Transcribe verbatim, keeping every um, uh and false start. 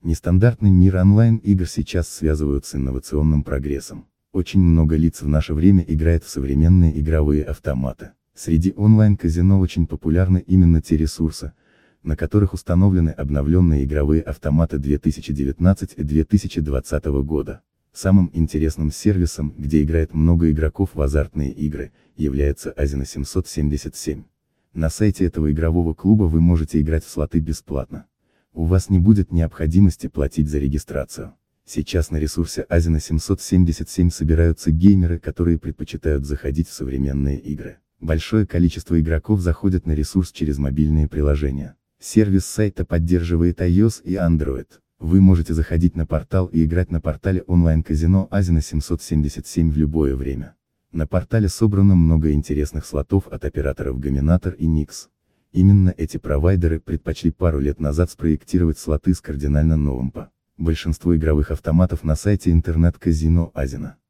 Нестандартный мир онлайн-игр сейчас связывают с инновационным прогрессом. Очень много лиц в наше время играет в современные игровые автоматы. Среди онлайн-казино очень популярны именно те ресурсы, на которых установлены обновленные игровые автоматы две тысячи девятнадцатого и две тысячи двадцатого года. Самым интересным сервисом, где играет много игроков в азартные игры, является Азино семьсот семьдесят семь. На сайте этого игрового клуба вы можете играть в слоты бесплатно. У вас не будет необходимости платить за регистрацию. Сейчас на ресурсе Азино семьсот семьдесят семь собираются геймеры, которые предпочитают заходить в современные игры. Большое количество игроков заходят на ресурс через мобильные приложения. Сервис сайта поддерживает iOS и Android. Вы можете заходить на портал и играть на портале онлайн-казино Азино семьсот семьдесят семь в любое время. На портале собрано много интересных слотов от операторов Gaminator и Nix. Именно эти провайдеры предпочли пару лет назад спроектировать слоты с кардинально новым по. Большинство игровых автоматов на сайте интернет-казино Азино.